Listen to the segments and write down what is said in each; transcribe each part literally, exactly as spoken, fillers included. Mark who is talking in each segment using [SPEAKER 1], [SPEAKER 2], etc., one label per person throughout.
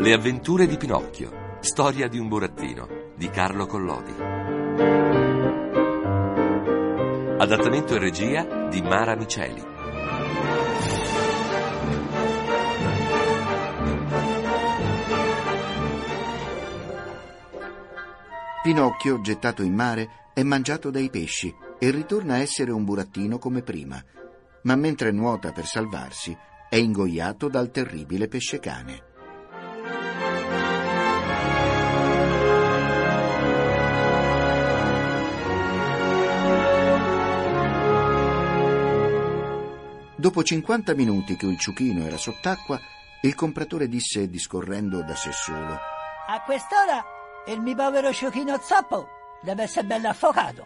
[SPEAKER 1] Le avventure di Pinocchio, storia di un burattino, di Carlo Collodi. Adattamento e regia di Mara Miceli.
[SPEAKER 2] Pinocchio, gettato in mare, è mangiato dai pesci e ritorna a essere un burattino come prima, ma mentre nuota per salvarsi è ingoiato dal terribile pescecane. Dopo cinquanta minuti che il ciuchino era sott'acqua, il compratore disse discorrendo da sé solo:
[SPEAKER 3] a quest'ora il mio povero ciuchino zoppo deve essere bello affocato.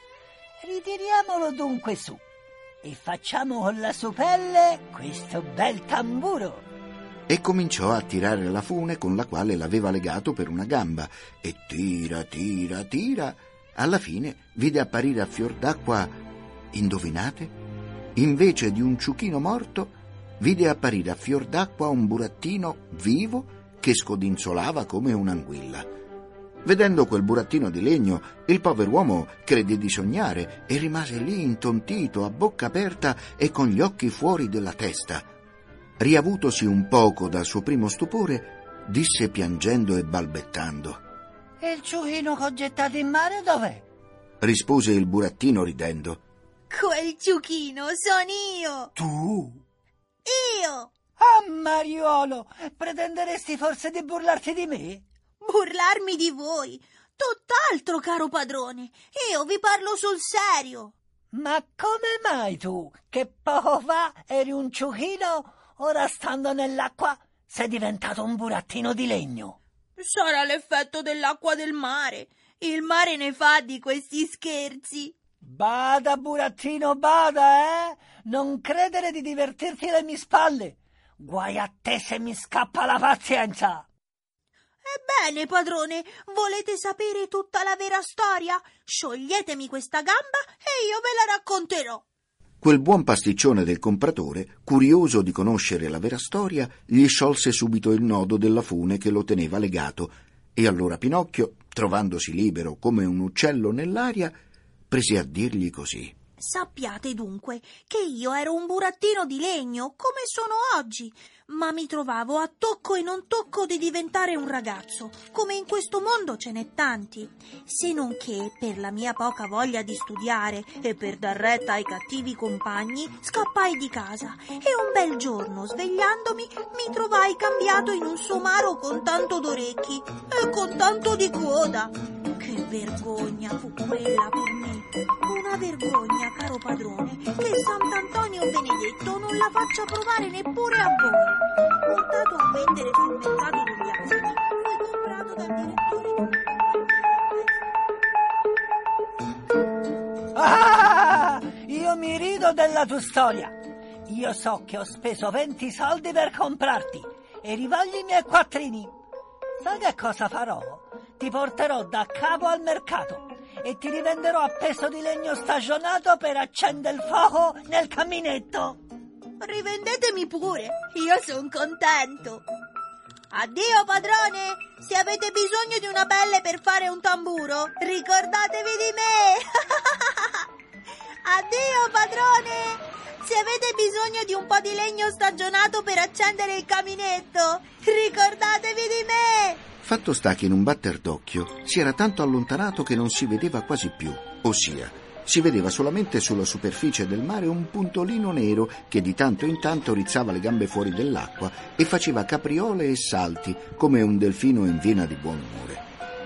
[SPEAKER 3] Ritiriamolo dunque su e facciamo con la sua pelle questo bel tamburo.
[SPEAKER 2] E cominciò a tirare la fune con la quale l'aveva legato per una gamba, e tira, tira, tira. Alla fine vide apparire a fior d'acqua, indovinate? Invece di un ciuchino morto, vide apparire a fior d'acqua un burattino vivo che scodinzolava come un'anguilla. Vedendo quel burattino di legno, il pover'uomo credé di sognare e rimase lì intontito, a bocca aperta e con gli occhi fuori della testa. Riavutosi un poco dal suo primo stupore, disse piangendo e balbettando:
[SPEAKER 3] e il ciuchino che ho gettato in mare dov'è?
[SPEAKER 2] Rispose il burattino ridendo:
[SPEAKER 4] quel ciuchino son io.
[SPEAKER 2] Tu?
[SPEAKER 4] Io.
[SPEAKER 3] Ah, Mariolo, pretenderesti forse di burlarti di me?
[SPEAKER 4] Burlarmi di voi? Tutt'altro, caro padrone. Io vi parlo sul serio.
[SPEAKER 3] Ma come mai tu, che poco fa eri un ciuchino, ora stando nell'acqua sei diventato un burattino di legno?
[SPEAKER 4] Sarà l'effetto dell'acqua del mare. Il mare ne fa di questi scherzi.
[SPEAKER 3] Bada, burattino, bada, eh? Non credere di divertirti alle mie spalle. Guai a te se mi scappa la pazienza.
[SPEAKER 4] Ebbene, padrone, volete sapere tutta la vera storia? Scioglietemi questa gamba e io ve la racconterò.
[SPEAKER 2] Quel buon pasticcione del compratore, curioso di conoscere la vera storia, gli sciolse subito il nodo della fune che lo teneva legato, e allora Pinocchio, trovandosi libero come un uccello nell'aria, prese a dirgli così:
[SPEAKER 4] sappiate dunque che io ero un burattino di legno come sono oggi, ma mi trovavo a tocco e non tocco di diventare un ragazzo, come in questo mondo ce n'è tanti, se non che per la mia poca voglia di studiare e per dar retta ai cattivi compagni scappai di casa, e un bel giorno svegliandomi mi trovai cambiato in un somaro con tanto d'orecchi e con tanto di coda. Che vergogna fu quella per me, una vergogna, caro padrone, che Sant'Antonio Benedetto non la faccia provare neppure a voi. Portato a vendere sul mercato degli asini, fui comprato dal direttore di...
[SPEAKER 3] Ah! Io mi rido della tua storia. Io so che ho speso venti soldi per comprarti e rivoglio i miei quattrini. Sai che cosa farò? Ti porterò da capo al mercato e ti rivenderò a peso di legno stagionato per accendere il fuoco nel caminetto.
[SPEAKER 4] Rivendetemi pure, io son contento. Addio, padrone, se avete bisogno di una pelle per fare un tamburo, ricordatevi di me. Addio, padrone, se avete bisogno di un po' di legno stagionato per accendere il caminetto, ricordatevi di me.
[SPEAKER 2] Fatto sta che in un batter d'occhio si era tanto allontanato che non si vedeva quasi più, ossia si vedeva solamente sulla superficie del mare un puntolino nero che di tanto in tanto rizzava le gambe fuori dell'acqua e faceva capriole e salti come un delfino in vena di buon umore.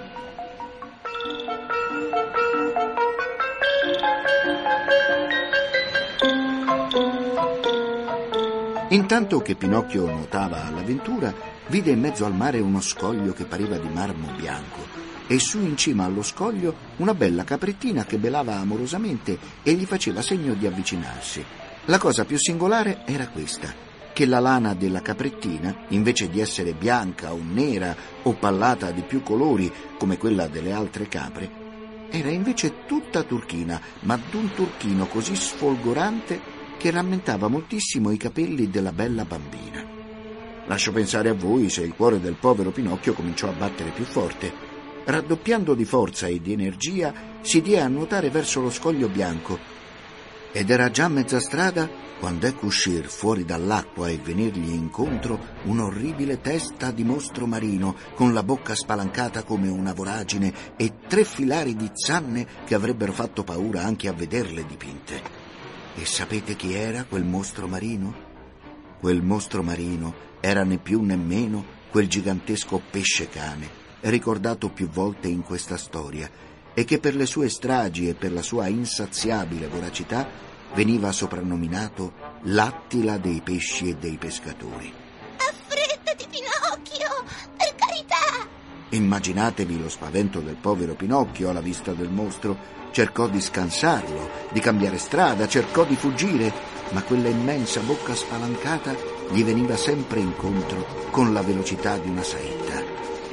[SPEAKER 2] Intanto che Pinocchio nuotava all'avventura, vide in mezzo al mare uno scoglio che pareva di marmo bianco e su in cima allo scoglio una bella caprettina che belava amorosamente e gli faceva segno di avvicinarsi. La cosa più singolare era questa, che la lana della caprettina, invece di essere bianca o nera o pallata di più colori come quella delle altre capre, era invece tutta turchina, ma d'un turchino così sfolgorante che rammentava moltissimo i capelli della bella bambina. Lascio pensare a voi se il cuore del povero Pinocchio cominciò a battere più forte. Raddoppiando di forza e di energia, si diè a nuotare verso lo scoglio bianco. Ed era già a mezza strada quando ecco uscir fuori dall'acqua e venirgli incontro un'orribile testa di mostro marino, con la bocca spalancata come una voragine e tre filari di zanne che avrebbero fatto paura anche a vederle dipinte. E sapete chi era quel mostro marino? Quel mostro marino era né più né meno quel gigantesco pesce cane, ricordato più volte in questa storia, e che per le sue stragi e per la sua insaziabile voracità veniva soprannominato l'Attila dei pesci e dei pescatori.
[SPEAKER 5] Affrettati, Pinocchio, per carità!
[SPEAKER 2] Immaginatevi lo spavento del povero Pinocchio alla vista del mostro. Cercò di scansarlo, di cambiare strada, cercò di fuggire, ma quella immensa bocca spalancata gli veniva sempre incontro con la velocità di una saetta.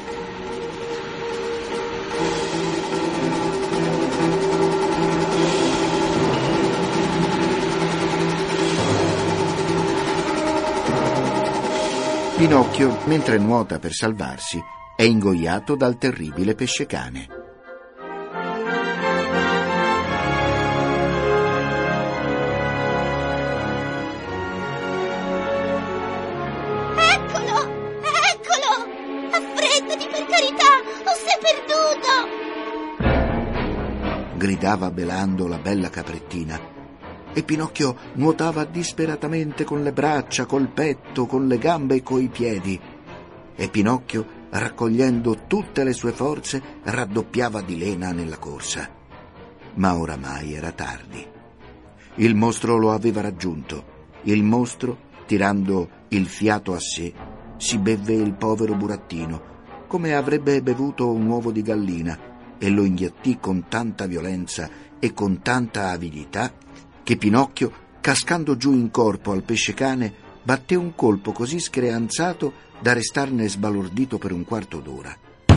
[SPEAKER 2] Pinocchio, mentre nuota per salvarsi, è ingoiato dal terribile pesce cane. Gridava belando la bella caprettina, e Pinocchio nuotava disperatamente con le braccia, col petto, con le gambe e coi piedi. E Pinocchio, raccogliendo tutte le sue forze, raddoppiava di lena nella corsa. Ma oramai era tardi. Il mostro lo aveva raggiunto. Il mostro, tirando il fiato a sé, si bevve il povero burattino, come avrebbe bevuto un uovo di gallina, e lo inghiottì con tanta violenza e con tanta avidità che Pinocchio, cascando giù in corpo al pesce cane, batté un colpo così screanzato da restarne sbalordito per un quarto d'ora.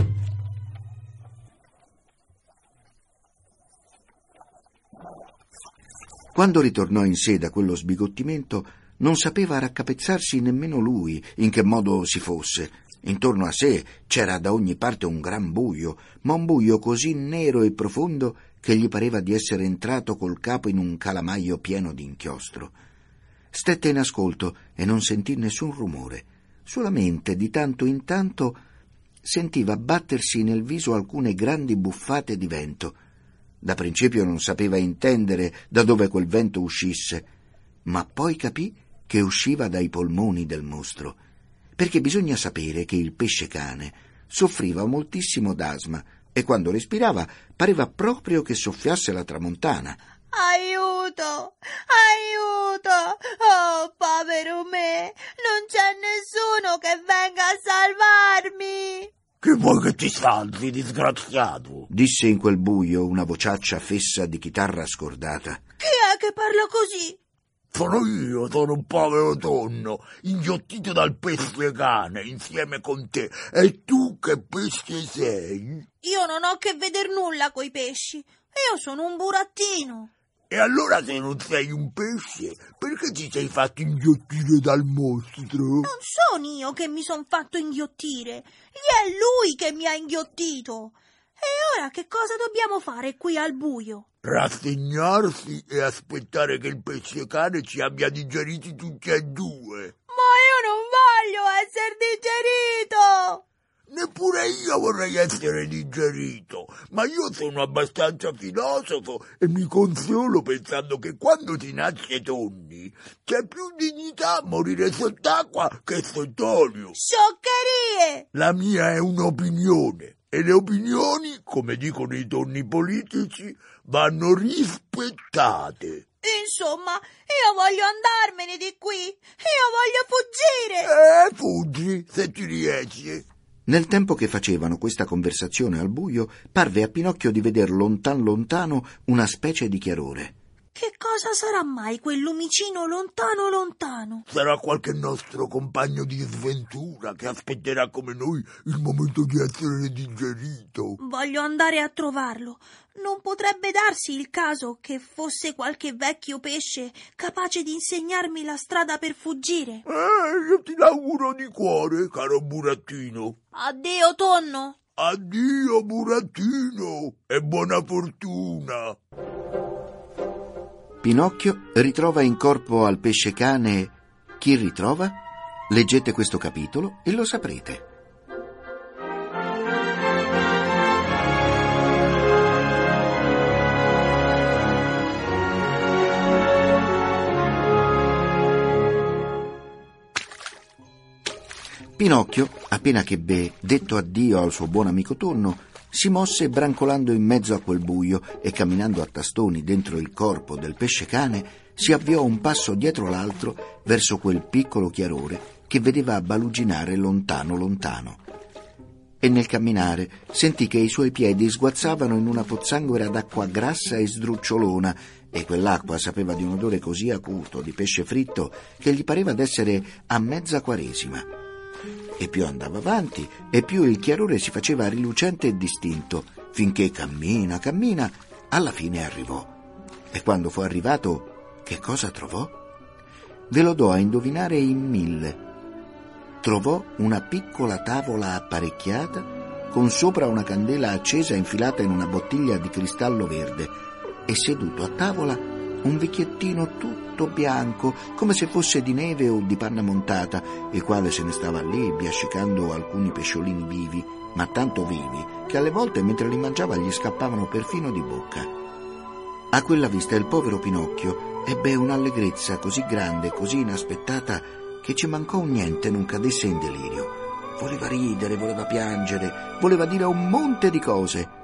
[SPEAKER 2] Quando ritornò in sé da quello sbigottimento, non sapeva raccapezzarsi nemmeno lui in che modo si fosse. Intorno a sé c'era da ogni parte un gran buio, ma un buio così nero e profondo che gli pareva di essere entrato col capo in un calamaio pieno di inchiostro. Stette in ascolto e non sentì nessun rumore. Solamente di tanto in tanto sentiva battersi nel viso alcune grandi buffate di vento. Da principio non sapeva intendere da dove quel vento uscisse, ma poi capì che usciva dai polmoni del mostro, perché bisogna sapere che il pesce cane soffriva moltissimo d'asma e quando respirava pareva proprio che soffiasse la tramontana.
[SPEAKER 4] Aiuto! Aiuto! Oh, povero me! Non c'è nessuno che venga a salvarmi!
[SPEAKER 6] Che vuoi che ti salvi, disgraziato?
[SPEAKER 2] Disse in quel buio una vociaccia fessa di chitarra scordata.
[SPEAKER 4] Chi è che parla così?
[SPEAKER 6] Sono io, sono un povero tonno, inghiottito dal pesce cane insieme con te. E tu che pesce sei?
[SPEAKER 4] Io non ho che veder nulla coi pesci. Io sono un burattino.
[SPEAKER 6] E allora se non sei un pesce, perché ti sei fatto inghiottire dal mostro?
[SPEAKER 4] Non sono io che mi son fatto inghiottire. È lui che mi ha inghiottito. E ora che cosa dobbiamo fare qui al buio?
[SPEAKER 6] Rassegnarsi e aspettare che il pesce cane ci abbia digeriti tutti e due.
[SPEAKER 4] Ma io non voglio essere digerito!
[SPEAKER 6] Neppure io vorrei essere digerito, ma io sono abbastanza filosofo e mi consolo pensando che quando si nasce tonni c'è più dignità a morire sott'acqua che sott'olio.
[SPEAKER 4] Scioccherie!
[SPEAKER 6] La mia è un'opinione. E le opinioni, come dicono i tonni politici, vanno rispettate.
[SPEAKER 4] Insomma, io voglio andarmene di qui. Io voglio fuggire.
[SPEAKER 6] Eh, fuggi, se ci riesci.
[SPEAKER 2] Nel tempo che facevano questa conversazione al buio, parve a Pinocchio di veder lontan lontano una specie di chiarore.
[SPEAKER 4] Che cosa sarà mai quel lumicino lontano lontano?
[SPEAKER 6] Sarà qualche nostro compagno di sventura che aspetterà come noi il momento di essere digerito.
[SPEAKER 4] Voglio andare a trovarlo. Non potrebbe darsi il caso che fosse qualche vecchio pesce capace di insegnarmi la strada per fuggire?
[SPEAKER 6] Eh, io ti l'auguro di cuore, caro burattino.
[SPEAKER 4] Addio, tonno.
[SPEAKER 6] Addio, burattino, e buona fortuna.
[SPEAKER 2] Pinocchio ritrova in corpo al pesce cane. Chi ritrova? Leggete questo capitolo e lo saprete. Pinocchio, appena che ebbe detto addio al suo buon amico tonno, si mosse brancolando in mezzo a quel buio e camminando a tastoni dentro il corpo del pesce cane, si avviò un passo dietro l'altro verso quel piccolo chiarore che vedeva baluginare lontano lontano. E nel camminare sentì che i suoi piedi sguazzavano in una pozzanghera d'acqua grassa e sdrucciolona, e quell'acqua sapeva di un odore così acuto di pesce fritto che gli pareva d'essere a mezza quaresima. E più andava avanti, e più il chiarore si faceva rilucente e distinto, finché cammina, cammina, alla fine arrivò. E quando fu arrivato, che cosa trovò? Ve lo do a indovinare in mille. Trovò una piccola tavola apparecchiata, con sopra una candela accesa infilata in una bottiglia di cristallo verde, e seduto a tavola un vecchiettino tutto bianco, come se fosse di neve o di panna montata, il quale se ne stava lì biascicando alcuni pesciolini vivi, ma tanto vivi che alle volte mentre li mangiava gli scappavano perfino di bocca. A quella vista il povero Pinocchio ebbe un'allegrezza così grande, così inaspettata, che ci mancò un niente non cadesse in delirio. Voleva ridere, voleva piangere, voleva dire un monte di cose.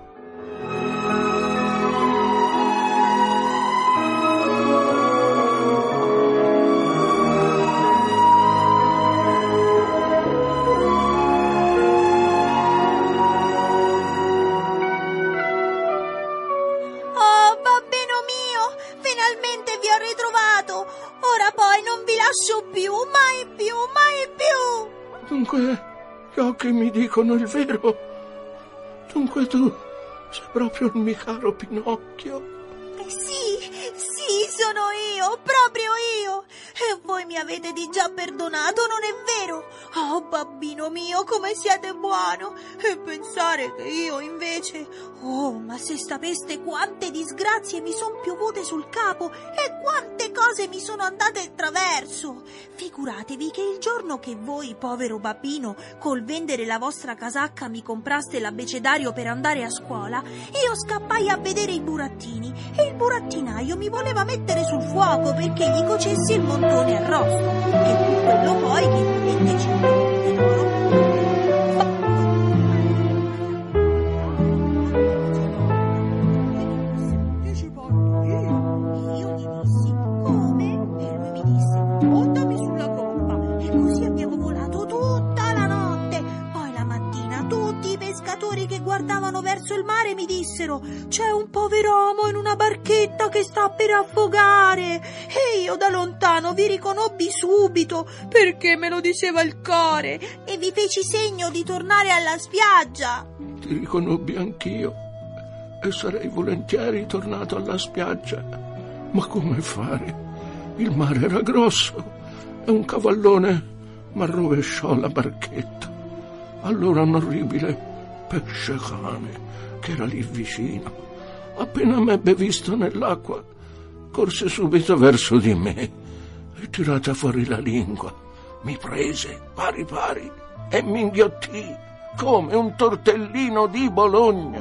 [SPEAKER 4] Più, mai più, mai più.
[SPEAKER 7] Dunque gli occhi mi dicono il vero. Dunque tu sei proprio il mio caro Pinocchio.
[SPEAKER 4] Sì, sì, sono io, proprio io. E voi mi avete di già perdonato, non è vero? Oh, babbino mio, come siete buono. E pensare che io invece... Oh, ma se sapeste quante disgrazie mi son piovute sul capo e quante cose mi sono andate attraverso. Figuratevi che il giorno che voi, povero babbino, col vendere la vostra casacca mi compraste l'abbecedario per andare a scuola, io scappai a vedere i burattini e il burattinaio mi voleva mettere sul fuoco perché gli cocessi il montone arrosto, che fu quello poi che mi mette cinque di loro. Che guardavano verso il mare mi dissero: c'è un pover'uomo in una barchetta che sta per affogare. E io da lontano vi riconobbi subito, perché me lo diceva il core, e vi feci segno di tornare alla spiaggia.
[SPEAKER 7] Ti riconobbi anch'io e sarei volentieri tornato alla spiaggia, ma come fare? Il mare era grosso e un cavallone m'arrovesciò la barchetta. Allora un orribile pesce cane che era lì vicino, appena m'ebbe visto nell'acqua, corse subito verso di me e, tirata fuori la lingua, mi prese pari pari e mi inghiottì come un tortellino di Bologna.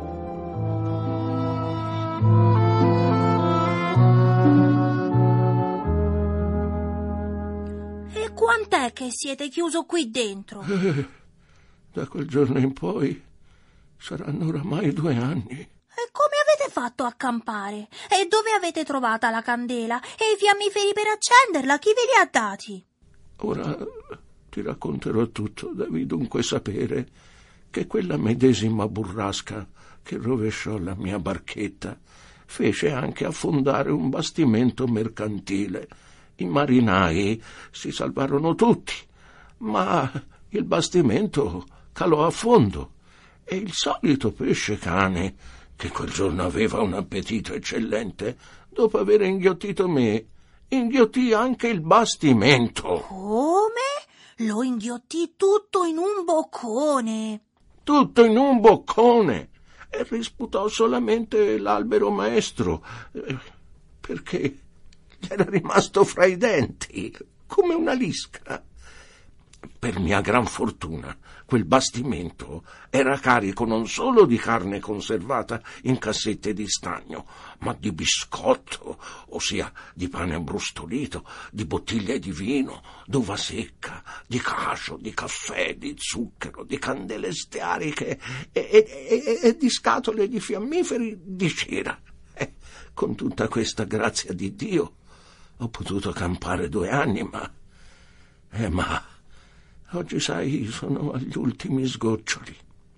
[SPEAKER 4] E quant'è che siete chiuso qui dentro?
[SPEAKER 7] Eh, Da quel giorno in poi saranno oramai due anni.
[SPEAKER 4] E come avete fatto a campare? E dove avete trovata la candela? E i fiammiferi per accenderla? Chi ve li ha dati?
[SPEAKER 7] Ora ti racconterò tutto. Devi dunque sapere che quella medesima burrasca che rovesciò la mia barchetta fece anche affondare un bastimento mercantile. I marinai si salvarono tutti, ma il bastimento calò a fondo e il solito pesce cane, che quel giorno aveva un appetito eccellente, dopo aver inghiottito me, inghiottì anche il bastimento.
[SPEAKER 4] Come? Lo inghiottì tutto in un boccone?
[SPEAKER 7] Tutto in un boccone, e risputò solamente l'albero maestro, eh, perché gli era rimasto fra i denti, come una lisca. Per mia gran fortuna, quel bastimento era carico non solo di carne conservata in cassette di stagno, ma di biscotto, ossia di pane abbrustolito, di bottiglie di vino, d'uva secca, di cacio, di caffè, di zucchero, di candele steariche e, e, e, e di scatole di fiammiferi di cera. Eh, con tutta questa grazia di Dio ho potuto campare due anni, ma... Eh, ma... Oggi, sai, sono agli ultimi sgoccioli.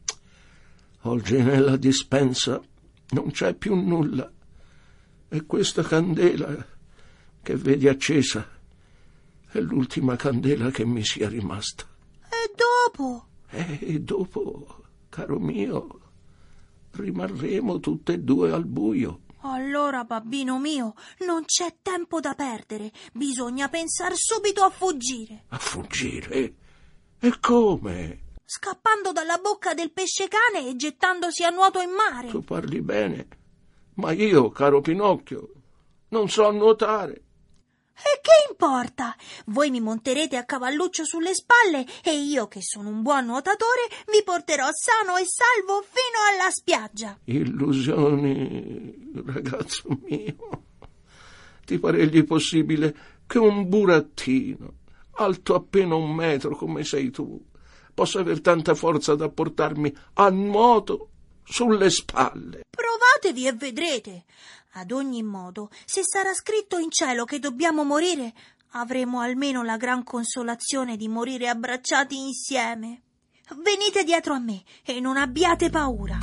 [SPEAKER 7] Oggi nella dispensa non c'è più nulla. E questa candela che vedi accesa è l'ultima candela che mi sia rimasta.
[SPEAKER 4] E dopo?
[SPEAKER 7] E dopo, caro mio, rimarremo tutte e due al buio.
[SPEAKER 4] Allora, babbino mio, non c'è tempo da perdere. Bisogna pensare subito a fuggire.
[SPEAKER 7] A fuggire? E come?
[SPEAKER 4] Scappando dalla bocca del pesce cane e gettandosi a nuoto in mare.
[SPEAKER 7] Tu parli bene, ma io, caro Pinocchio, non so nuotare.
[SPEAKER 4] E che importa? Voi mi monterete a cavalluccio sulle spalle e io, che sono un buon nuotatore, vi porterò sano e salvo fino alla spiaggia.
[SPEAKER 7] Illusioni, ragazzo mio. Ti paregli possibile che un burattino, alto appena un metro come sei tu, possa aver tanta forza da portarmi a nuoto sulle spalle?
[SPEAKER 4] Provatevi e vedrete. Ad ogni modo, se sarà scritto in cielo che dobbiamo morire, avremo almeno la gran consolazione di morire abbracciati insieme. Venite dietro a me e non abbiate paura.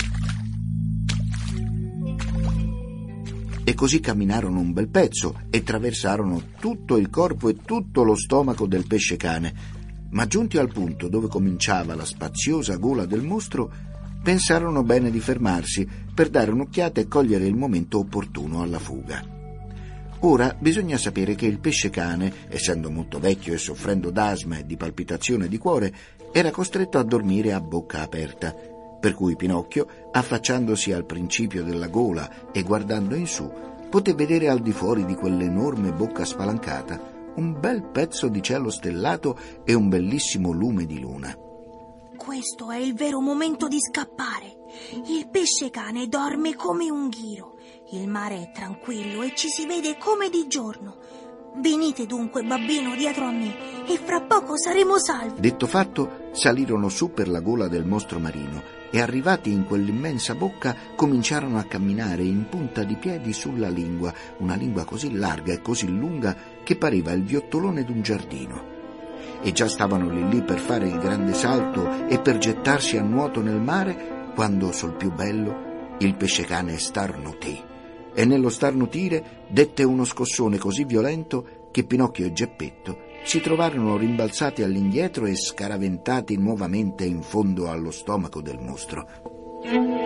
[SPEAKER 2] E così camminarono un bel pezzo e traversarono tutto il corpo e tutto lo stomaco del pesce cane, ma giunti al punto dove cominciava la spaziosa gola del mostro, pensarono bene di fermarsi per dare un'occhiata e cogliere il momento opportuno alla fuga. Ora bisogna sapere che il pesce cane, essendo molto vecchio e soffrendo d'asma e di palpitazione di cuore, era costretto a dormire a bocca aperta, per cui Pinocchio, affacciandosi al principio della gola e guardando in su, poté vedere al di fuori di quell'enorme bocca spalancata un bel pezzo di cielo stellato e un bellissimo lume di luna.
[SPEAKER 4] Questo è il vero momento di scappare. Il pesce cane dorme come un ghiro. Il mare è tranquillo e ci si vede come di giorno. Venite dunque, babbino, dietro a me e fra poco saremo salvi.
[SPEAKER 2] Detto fatto, salirono su per la gola del mostro marino e arrivati in quell'immensa bocca cominciarono a camminare in punta di piedi sulla lingua, una lingua così larga e così lunga che pareva il viottolone d'un giardino. E già stavano lì lì per fare il grande salto e per gettarsi a nuoto nel mare, quando sul più bello il pesce cane starnutì, e nello starnutire dette uno scossone così violento che Pinocchio e Geppetto si trovarono rimbalzati all'indietro e scaraventati nuovamente in fondo allo stomaco del mostro.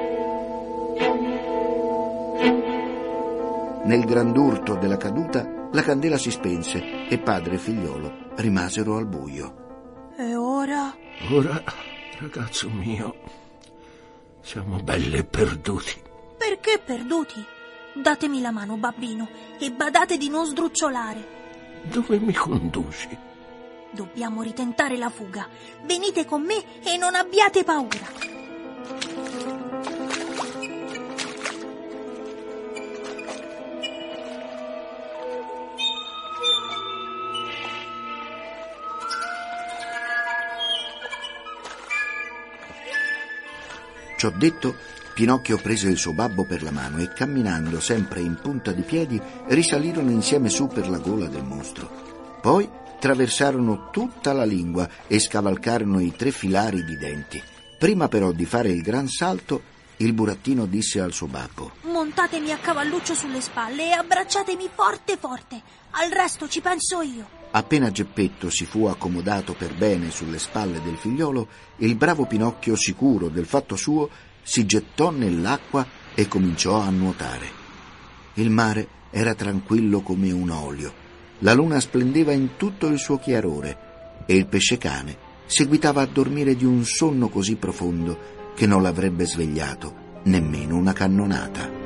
[SPEAKER 2] Nel grand'urto della caduta la candela si spense e padre e figliolo rimasero al buio.
[SPEAKER 4] E ora?
[SPEAKER 7] Ora, ragazzo mio, siamo belli perduti.
[SPEAKER 4] Perché perduti? Datemi la mano, babbino, e badate di non sdrucciolare.
[SPEAKER 7] Dove mi conduci?
[SPEAKER 4] Dobbiamo ritentare la fuga. Venite con me e non abbiate paura.
[SPEAKER 2] Ciò detto, Pinocchio prese il suo babbo per la mano e, camminando sempre in punta di piedi, risalirono insieme su per la gola del mostro. Poi traversarono tutta la lingua e scavalcarono i tre filari di denti. Prima però di fare il gran salto, il burattino disse al suo babbo:
[SPEAKER 4] montatemi a cavalluccio sulle spalle e abbracciatemi forte forte. Al resto ci penso io.
[SPEAKER 2] Appena Geppetto si fu accomodato per bene sulle spalle del figliolo, il bravo Pinocchio, sicuro del fatto suo, si gettò nell'acqua e cominciò a nuotare. Il mare era tranquillo come un olio, la luna splendeva in tutto il suo chiarore e il pesce-cane seguitava a dormire di un sonno così profondo che non l'avrebbe svegliato nemmeno una cannonata.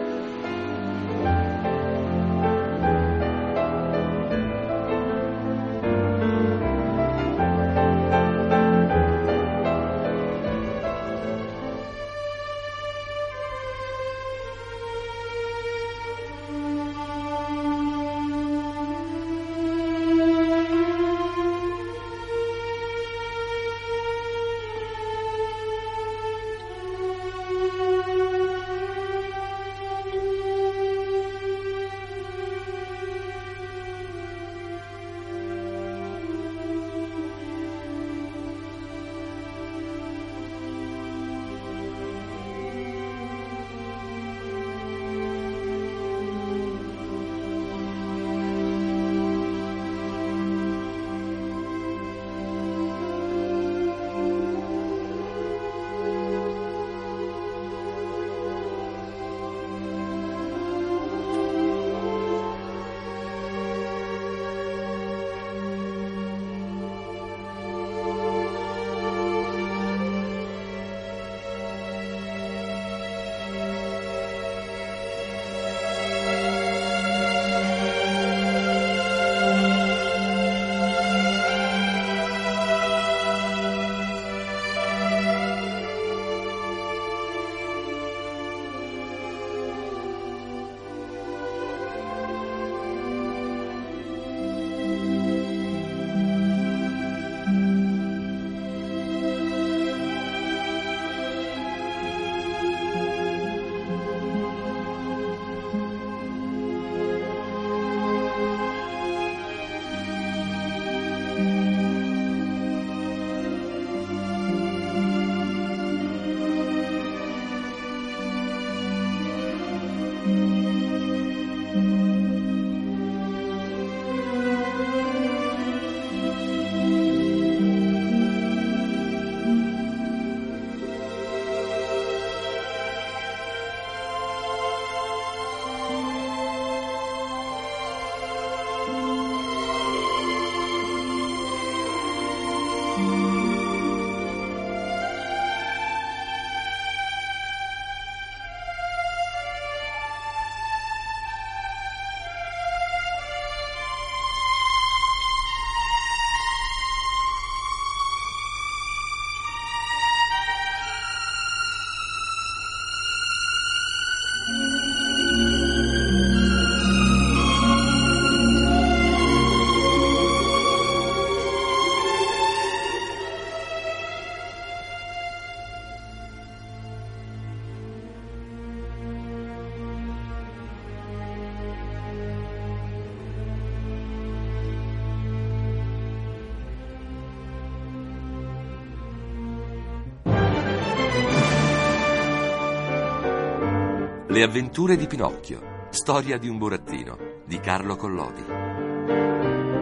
[SPEAKER 1] Le avventure di Pinocchio, storia di un burattino, di Carlo Collodi.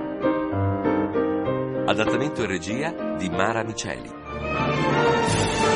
[SPEAKER 1] Adattamento e regia di Mara Miceli.